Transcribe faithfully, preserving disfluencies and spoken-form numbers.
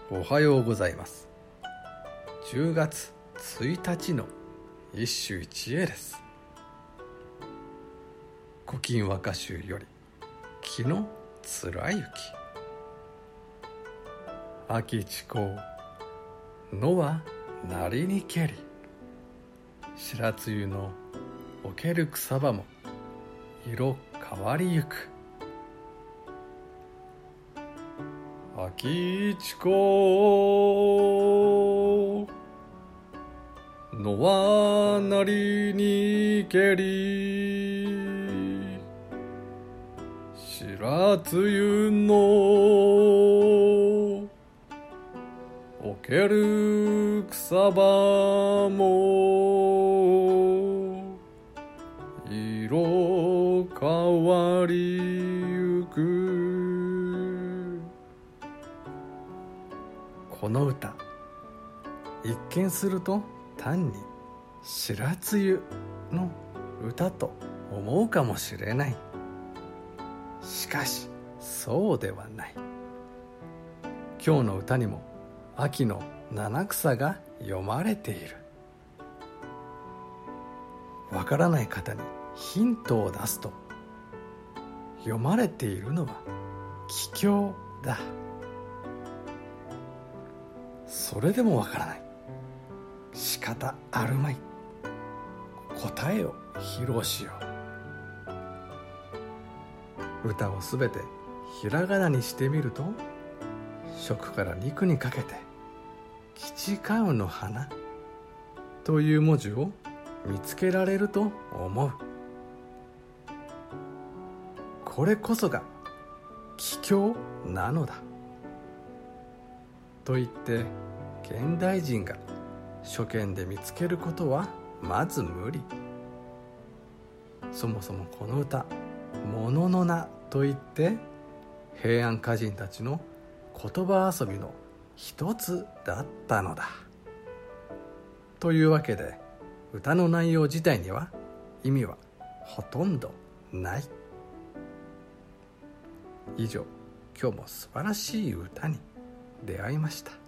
おはようございます。じゅうがつついたちの一首一会です。古今和歌集より木の貫雪。秋地高野はなりにけり、白露のおける草葉も色変わりゆく。秋地高野はなりにけり、白露のおける草葉も色変わりゆく。この歌、一見すると単に白露の歌と思うかもしれない。しかしそうではない。今日の歌にも秋の七草が読まれている。わからない方にヒントを出すと、読まれているのは帰郷だ。それでもわからない。仕方あるまい。答えを披露しよう。歌をすべてひらがなにしてみると、食から肉にかけて吉川の花という文字を見つけられると思う。これこそが帰郷なのだと言って現代人が初見で見つけることはまず無理。そもそもこの歌、物の名といって平安歌人たちの言葉遊びの一つだったのだ。というわけで歌の内容自体には意味はほとんどない。以上、今日も素晴らしい歌に出会いました。